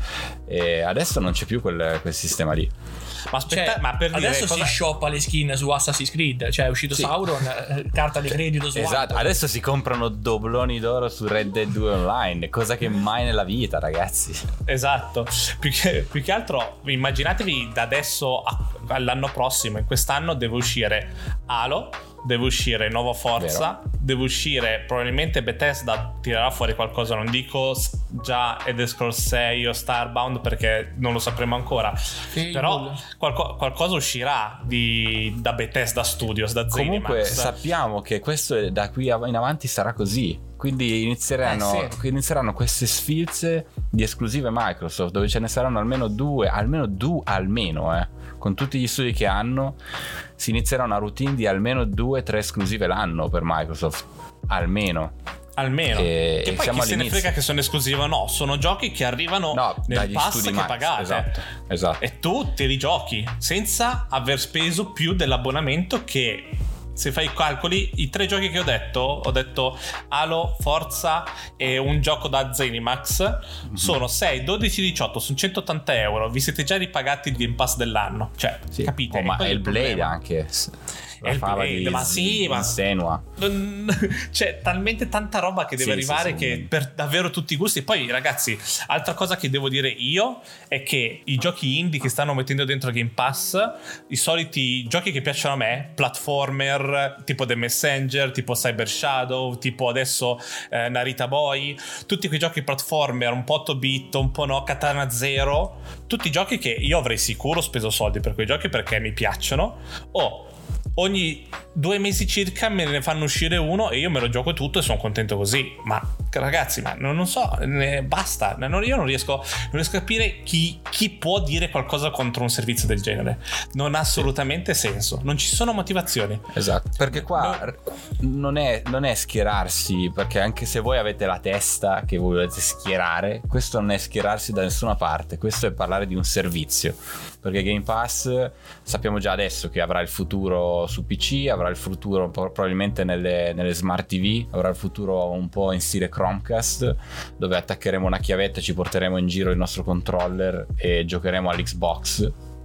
Speaker 3: E adesso non c'è più quel, quel sistema lì.
Speaker 2: Ma aspetta,
Speaker 4: Cioè,
Speaker 2: ma per dire
Speaker 4: adesso
Speaker 2: cosa...
Speaker 4: si shoppa le skin su Assassin's Creed, cioè è uscito
Speaker 3: Sì.
Speaker 4: Sauron, eh, carta di credito su
Speaker 3: Esatto,
Speaker 4: Anthem.
Speaker 3: adesso si comprano dobloni d'oro su Red Dead due Online, cosa che mai nella vita, ragazzi.
Speaker 2: Esatto, più che, più che altro immaginatevi da adesso a- all'anno prossimo, in quest'anno deve uscire Halo, deve uscire Nuova Forza, deve uscire probabilmente Bethesda tirerà fuori qualcosa, non dico s- già Elder Scrolls sei o Starbound perché non lo sapremo ancora,
Speaker 4: Fable.
Speaker 2: però qualco- qualcosa uscirà di, da Bethesda Studios, da
Speaker 3: Comunque
Speaker 2: Zenimax.
Speaker 3: sappiamo che questo è- da qui av- in avanti sarà così. Quindi inizieranno,
Speaker 4: Eh, sì.
Speaker 3: inizieranno queste sfilze di esclusive Microsoft, dove ce ne saranno almeno due, almeno due, almeno, eh. Con tutti gli studi che hanno, si inizierà una routine di almeno due, tre esclusive l'anno per Microsoft. Almeno.
Speaker 2: Almeno,
Speaker 3: E-
Speaker 2: che
Speaker 3: e
Speaker 2: poi
Speaker 3: siamo
Speaker 2: chi se ne
Speaker 3: all'inizio.
Speaker 2: frega che sono esclusive o no, sono giochi che arrivano
Speaker 3: No,
Speaker 2: nel
Speaker 3: dagli
Speaker 2: pass
Speaker 3: studi
Speaker 2: che
Speaker 3: Max,
Speaker 2: pagate.
Speaker 3: esatto, esatto.
Speaker 2: E tu te li giochi senza aver speso più dell'abbonamento che, se fai i calcoli, i tre giochi che ho detto, ho detto Halo, Forza e un gioco da Zenimax,
Speaker 3: Mhm.
Speaker 2: sono sei, dodici, diciotto, sono centottanta euro. Vi siete già ripagati il Game Pass dell'anno. Cioè,
Speaker 3: Sì.
Speaker 2: capite?
Speaker 3: Oh, ma
Speaker 2: Poi
Speaker 3: è il Blade
Speaker 2: problema.
Speaker 3: anche. La
Speaker 2: È il
Speaker 3: fava
Speaker 2: Blade,
Speaker 3: di
Speaker 2: ma sì, ma-
Speaker 3: Senua.
Speaker 2: Non- c'è talmente tanta roba che deve
Speaker 3: Sì,
Speaker 2: arrivare
Speaker 3: sì, sì.
Speaker 2: che per davvero tutti i gusti. Poi ragazzi, altra cosa che devo dire io è che i giochi indie che stanno mettendo dentro Game Pass, i soliti giochi che piacciono a me, platformer tipo The Messenger, tipo Cyber Shadow, tipo adesso eh, Narita Boy, tutti quei giochi platformer un po' otto bit, un po' no, Katana Zero, tutti giochi che io avrei sicuro speso soldi per quei giochi perché mi piacciono. O ogni due mesi circa me ne fanno uscire uno e io me lo gioco tutto e sono contento così. Ma ragazzi, ma non, non so, ne, basta. Non- io non riesco, non riesco a capire chi, chi può dire qualcosa contro un servizio del genere. Non ha assolutamente senso. Non ci sono motivazioni.
Speaker 3: Esatto, perché qua non è, non è schierarsi, perché anche se voi avete la testa che volete schierare, questo non è schierarsi da nessuna parte, questo è parlare di un servizio, perché Game Pass sappiamo già adesso che avrà il futuro su P C, avrà il futuro po- probabilmente nelle, nelle smart T V, avrà il futuro un po' in stile Chromecast, dove attaccheremo una chiavetta, ci porteremo in giro il nostro controller e giocheremo all'Xbox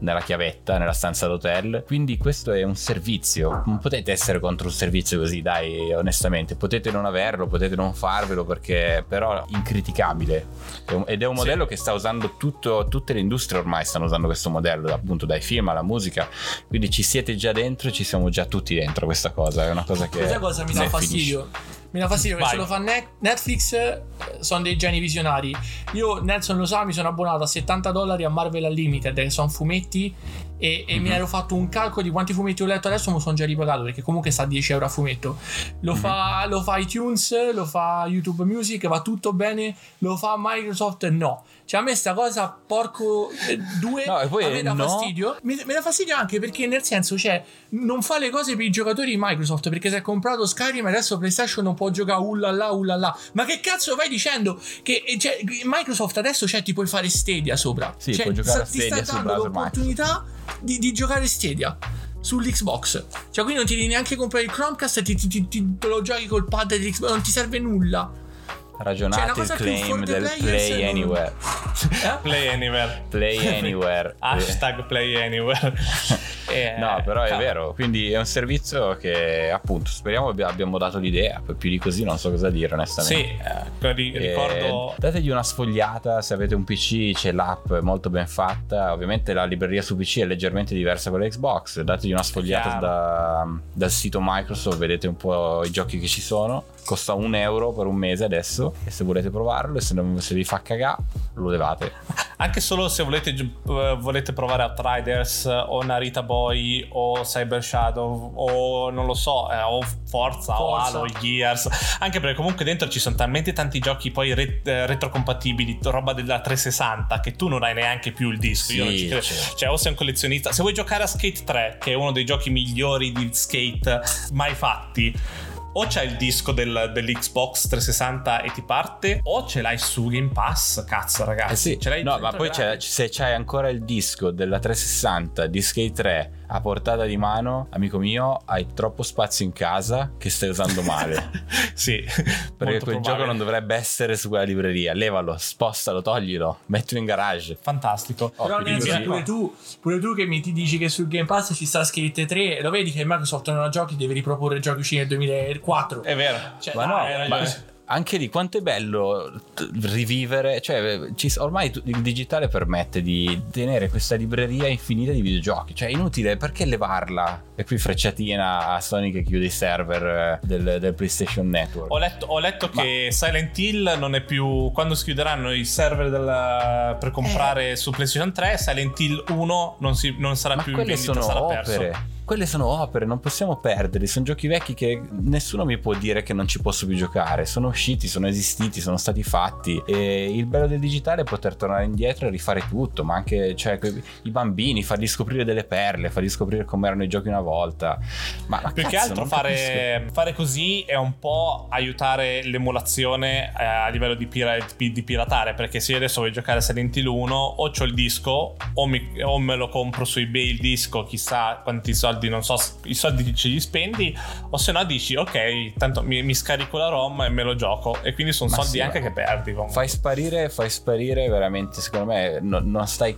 Speaker 3: nella chiavetta, nella stanza d'hotel. Quindi questo è un servizio, non potete essere contro un servizio così, dai, onestamente. Potete non averlo, potete non farvelo, perché però incriticabile. Ed è un modello sì. che sta usando tutto, tutte le industrie ormai stanno usando questo modello, appunto dai film alla musica. Quindi ci siete già dentro, ci siamo già tutti dentro questa cosa. È una cosa che
Speaker 4: questa cosa mi dà fastidio. Mi dà fastidio che se lo fa Netflix sono dei geni visionari. Io, Nelson lo sa, mi sono abbonato a settanta dollari a Marvel Unlimited, che sono fumetti, e, e mm-hmm. mi ero fatto un calcolo di quanti fumetti ho letto. Adesso mi sono già ripagato, perché comunque sta a dieci euro a fumetto. Lo, mm-hmm. fa, lo fa iTunes, lo fa YouTube Music, va tutto bene. Lo fa Microsoft, no. Cioè a me sta cosa, porco eh, due,
Speaker 3: no, e poi
Speaker 4: a me dà
Speaker 3: no.
Speaker 4: fastidio. Mi, mi dà fastidio anche perché, nel senso, cioè, non fa le cose per i giocatori di Microsoft, perché se è comprato Skyrim adesso PlayStation non può giocare ullala ullala. Ma che cazzo vai dicendo? Che cioè, Microsoft adesso, cioè, ti puoi fare Stadia sopra.
Speaker 3: Sì,
Speaker 4: cioè,
Speaker 3: puoi giocare a
Speaker 4: ti
Speaker 3: Stadia
Speaker 4: stai dando l'opportunità di, di giocare Stadia sull'Xbox. Cioè, quindi non ti devi neanche comprare il Chromecast, ti, ti, ti, ti lo giochi col pad dell'Xbox, non ti serve nulla.
Speaker 3: Ragionate
Speaker 4: cioè,
Speaker 3: il claim del Play Anywhere.
Speaker 2: Eh? Play Anywhere.
Speaker 3: Play Anywhere.
Speaker 2: Hashtag Play Anywhere.
Speaker 3: eh, no, però è cavolo. Vero. Quindi è un servizio che, appunto, speriamo abbiamo dato l'idea. Più di così non so cosa dire, onestamente.
Speaker 2: Sì, eh, ricordo.
Speaker 3: Dategli una sfogliata. Se avete un P C, c'è l'app molto ben fatta. Ovviamente la libreria su P C è leggermente diversa con l'Xbox. Dategli una sfogliata da, dal sito Microsoft. Vedete un po' i giochi che ci sono. Costa un euro per un mese adesso, e se volete provarlo, e se, non, se vi fa cagà, lo levate.
Speaker 2: Anche solo se volete, uh, volete provare Outriders o Narita Boy o Cyber Shadow o non lo so, eh, o Forza, Forza o Halo, Gears. Anche perché comunque dentro ci sono talmente tanti giochi poi ret- retrocompatibili, roba della trecentosessanta, che tu non hai neanche più il disco.
Speaker 3: Sì,
Speaker 2: Io non ci credo.
Speaker 3: Certo.
Speaker 2: Cioè, o sei un collezionista, se vuoi giocare a Skate tre, che è uno dei giochi migliori di skate mai fatti, o c'hai il disco del, dell'Xbox trecentosessanta e ti parte, o ce l'hai su Game Pass, cazzo ragazzi.
Speaker 3: Eh sì.
Speaker 2: Ce l'hai
Speaker 3: no, ma poi c'è, se c'hai ancora il disco della trecentosessanta di Skate tre a portata di mano, amico mio, hai troppo spazio in casa che stai usando male.
Speaker 2: Sì,
Speaker 3: perché quel
Speaker 2: probabile.
Speaker 3: Gioco non dovrebbe essere su quella libreria. Levalo, spostalo, toglilo, mettilo in garage.
Speaker 2: Fantastico.
Speaker 4: Oh, però Nelson, pure tu pure tu che mi ti dici che sul Game Pass ci sta Skate tre, lo vedi che Microsoft non ha giochi, deve riproporre giochi usciti nel duemilaquattro.
Speaker 2: È vero.
Speaker 4: Cioè,
Speaker 3: ma
Speaker 4: dai,
Speaker 3: no, ma anche lì quanto è bello rivivere, cioè ci, ormai il digitale permette di tenere questa libreria infinita di videogiochi, cioè è inutile, perché levarla? E qui frecciatina a Sony che chiude i server del, del PlayStation Network.
Speaker 2: Ho letto, ho letto ma... che Silent Hill non è più, quando si chiuderanno i server del, per comprare eh. su PlayStation tre, Silent Hill uno non, si, non sarà
Speaker 3: ma
Speaker 2: più in vendita, sarà
Speaker 3: opere.
Speaker 2: perso.
Speaker 3: Quelle sono opere, non possiamo perderli. Sono giochi vecchi che nessuno mi può dire che non ci posso più giocare. Sono usciti, sono esistiti, sono stati fatti. E il bello del digitale è poter tornare indietro e rifare tutto. Ma anche, cioè, i bambini, fargli scoprire delle perle, fargli scoprire come erano i giochi una volta. Ma, ma
Speaker 2: più
Speaker 3: cazzo,
Speaker 2: che altro fare, fare così è un po' aiutare l'emulazione eh, a livello di, pira- di piratare. Perché se io adesso voglio giocare a Silent Hill uno, o c'ho il disco, o, mi, o me lo compro su eBay il disco, chissà quanti soldi, non so, i soldi ce li spendi, o se no dici ok, tanto mi, mi scarico la ROM e me lo gioco, e quindi sono ma soldi sì, anche che perdi comunque. Fai
Speaker 3: sparire fai sparire veramente, secondo me no, non stai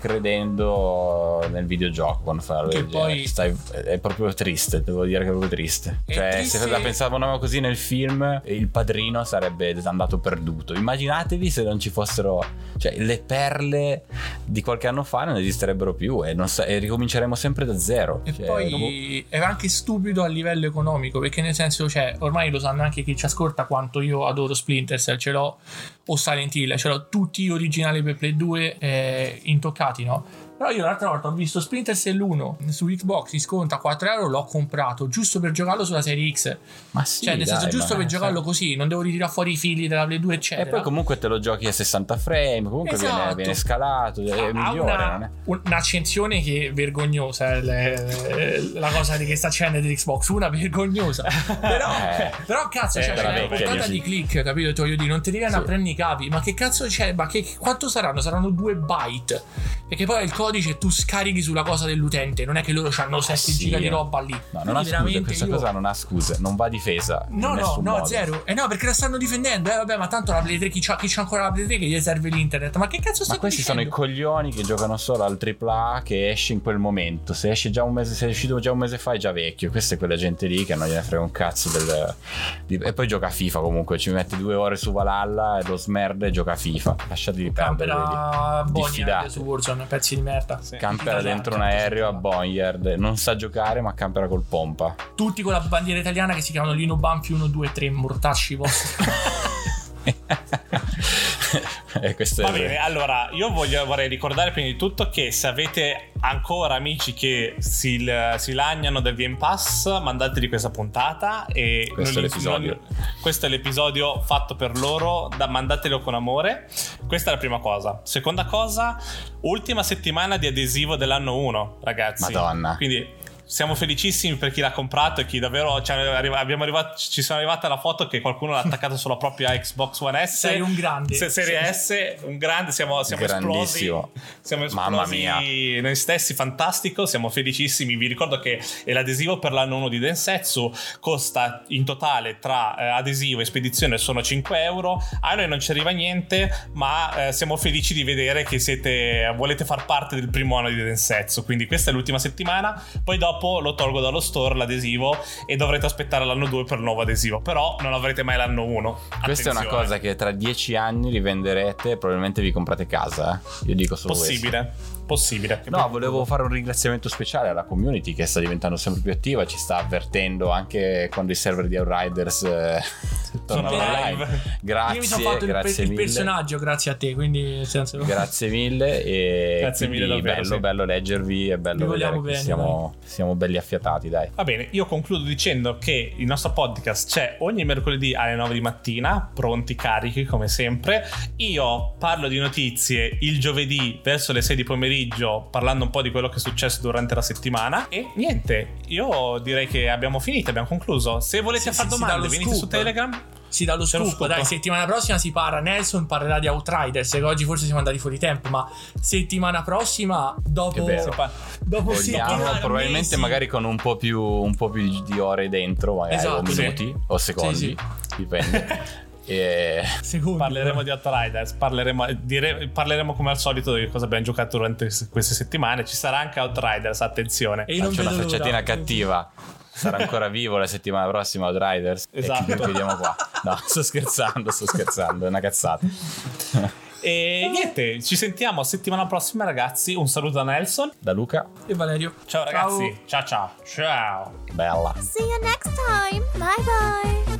Speaker 3: credendo nel videogioco quando fai la del poi... stai, è proprio triste, devo dire che è proprio triste, è cioè triste. Se la pensavano così nel film, il padrino sarebbe andato perduto. Immaginatevi se non ci fossero, cioè, le perle di qualche anno fa non esisterebbero più, e, non sa- e ricominceremo sempre da zero.
Speaker 4: E
Speaker 3: cioè,
Speaker 4: poi è anche stupido a livello economico, perché nel senso, cioè, ormai lo sanno anche chi ci ascolta quanto io adoro Splinter Cell, ce l'ho, o Silent Hill, ce l'ho tutti originali per Play due, eh, intoccati, no? Però io l'altra volta ho visto Splinter Cell uno su Xbox in sconto a quattro euro, l'ho comprato giusto per giocarlo sulla serie X.
Speaker 3: Ma sì,
Speaker 4: cioè nel
Speaker 3: dai,
Speaker 4: senso giusto per giocarlo
Speaker 3: sai.
Speaker 4: Così, non devo ritirare fuori i fili della Play due eccetera.
Speaker 3: E poi comunque te lo giochi a sessanta frame, comunque
Speaker 4: esatto.
Speaker 3: viene, viene scalato, è
Speaker 4: ha
Speaker 3: migliore,
Speaker 4: una,
Speaker 3: non è?
Speaker 4: un'accensione che è vergognosa, le, la cosa di che sta accendendo dell'Xbox, una vergognosa. Però,
Speaker 3: eh,
Speaker 4: però cazzo, cioè, c'è una portata di click, capito? Ti voglio dire, non ti devono sì. a prendere i capi, ma che cazzo c'è? Ma che, quanto saranno? Saranno due byte. perché poi il codice tu scarichi sulla cosa dell'utente, non è che loro hanno sette
Speaker 3: sì.
Speaker 4: giga di roba lì.
Speaker 3: No, non ha scuse, questa io... cosa non ha scuse, non va difesa.
Speaker 4: No, no, no,
Speaker 3: modo.
Speaker 4: zero. Eh no, perché la stanno difendendo. Eh vabbè, ma tanto la Play tre, chi c'ha, chi c'ha ancora la Play tre che gli serve l'internet? Ma che cazzo stai dicendo?
Speaker 3: Ma questi sono i coglioni che giocano solo al tripla A che esce in quel momento. Se esce già un mese, se è uscito già un mese fa è già vecchio. Questa è quella gente lì che non gliene frega un cazzo del... Di... E poi gioca a FIFA comunque, ci mette due ore su Valhalla e lo smerde e gioca a FIFA. Lasciati di perdere.
Speaker 4: Campera Boneyard su Warzone, pezzi di merda.
Speaker 3: Sì. Campera dentro un aereo a Boneyard. Non sa giocare ma campera col pompa.
Speaker 4: Tutti con la bandiera italiana che si chiamano Lino Banfi uno, due, tre, mortacci vostri.
Speaker 3: eh, questo
Speaker 2: Va
Speaker 3: è
Speaker 2: bene, allora io voglio, vorrei ricordare prima di tutto che se avete ancora amici che si, si lagnano del Game Pass, mandateli questa puntata e
Speaker 3: questo è l'episodio
Speaker 2: non, questo è l'episodio fatto per loro, da, mandatelo con amore. Questa è la prima cosa. Seconda cosa, ultima settimana di adesivo dell'anno uno, ragazzi.
Speaker 3: Madonna.
Speaker 2: Quindi siamo felicissimi per chi l'ha comprato e chi davvero cioè, abbiamo arrivato, ci sono arrivate la foto che qualcuno l'ha attaccato sulla propria Xbox One S.
Speaker 4: Sei un grande.
Speaker 2: Se, serie S, un grande, siamo, siamo
Speaker 3: grandissimo.
Speaker 2: esplosi. Siamo esplosi
Speaker 3: Mamma mia.
Speaker 2: noi stessi, fantastico, siamo felicissimi. Vi ricordo che è l'adesivo per l'anno uno di Densetsu, costa in totale tra eh, adesivo e spedizione sono cinque euro. A noi non ci arriva niente, ma eh, siamo felici di vedere che siete volete far parte del primo anno di Densetsu. Quindi questa è l'ultima settimana, poi dopo lo tolgo dallo store l'adesivo e dovrete aspettare l'anno due per il nuovo adesivo, però non avrete mai l'anno uno.
Speaker 3: Questa
Speaker 2: Attenzione.
Speaker 3: è una cosa che tra dieci anni rivenderete e probabilmente vi comprate casa, eh? Io dico solo
Speaker 2: possibile
Speaker 3: questo.
Speaker 2: Possibile.
Speaker 3: No, volevo fare un ringraziamento speciale alla community che sta diventando sempre più attiva, ci sta avvertendo anche quando i server di Outriders eh,
Speaker 2: sono live.
Speaker 3: Grazie,
Speaker 4: io mi sono fatto
Speaker 3: grazie
Speaker 4: il,
Speaker 3: mille.
Speaker 4: il personaggio grazie a te, quindi nel senso...
Speaker 3: grazie mille e
Speaker 2: grazie mille davvero,
Speaker 3: bello
Speaker 2: sì.
Speaker 3: bello leggervi, è bello vedere
Speaker 4: bene,
Speaker 3: che siamo, siamo belli affiatati, dai.
Speaker 2: Va bene, io concludo dicendo che il nostro podcast c'è ogni mercoledì alle nove di mattina, pronti, carichi come sempre. Io parlo di notizie il giovedì verso le sei di pomeriggio, parlando un po' di quello che è successo durante la settimana. E niente, io direi che abbiamo finito, abbiamo concluso. Se volete
Speaker 4: sì,
Speaker 2: fare
Speaker 4: sì,
Speaker 2: domande,
Speaker 4: sì,
Speaker 2: venite
Speaker 4: scoop.
Speaker 2: su Telegram.
Speaker 4: Si dà lo scoop,
Speaker 2: scoop.
Speaker 4: dai, settimana prossima si parla, Nelson parlerà di Outriders, che oggi forse siamo andati fuori tempo, ma settimana prossima, dopo dopo
Speaker 3: vogliamo probabilmente
Speaker 4: mesi,
Speaker 3: magari con un po' più un po' più di ore dentro, magari
Speaker 4: esatto,
Speaker 3: o minuti
Speaker 4: sì.
Speaker 3: o secondi,
Speaker 4: sì, sì.
Speaker 3: dipende. E...
Speaker 4: Secondi,
Speaker 2: parleremo
Speaker 4: però.
Speaker 2: di Outriders, parleremo, dire, parleremo come al solito di cosa abbiamo giocato durante queste settimane. Ci sarà anche Outriders, attenzione.
Speaker 4: E io non
Speaker 3: Faccio una
Speaker 4: vedo
Speaker 3: frecciatina
Speaker 4: l'ora.
Speaker 3: cattiva. Sarà ancora vivo la settimana prossima Outriders.
Speaker 2: Esatto.
Speaker 3: E chiudiamo qua. No, sto scherzando, sto scherzando, è una cazzata.
Speaker 2: E niente, ci sentiamo settimana prossima, ragazzi. Un saluto da Nelson,
Speaker 3: Da Luca.
Speaker 4: E Valerio.
Speaker 2: ciao ragazzi. Ciao ciao. Ciao.
Speaker 3: Bella.
Speaker 1: See you next time. Bye bye.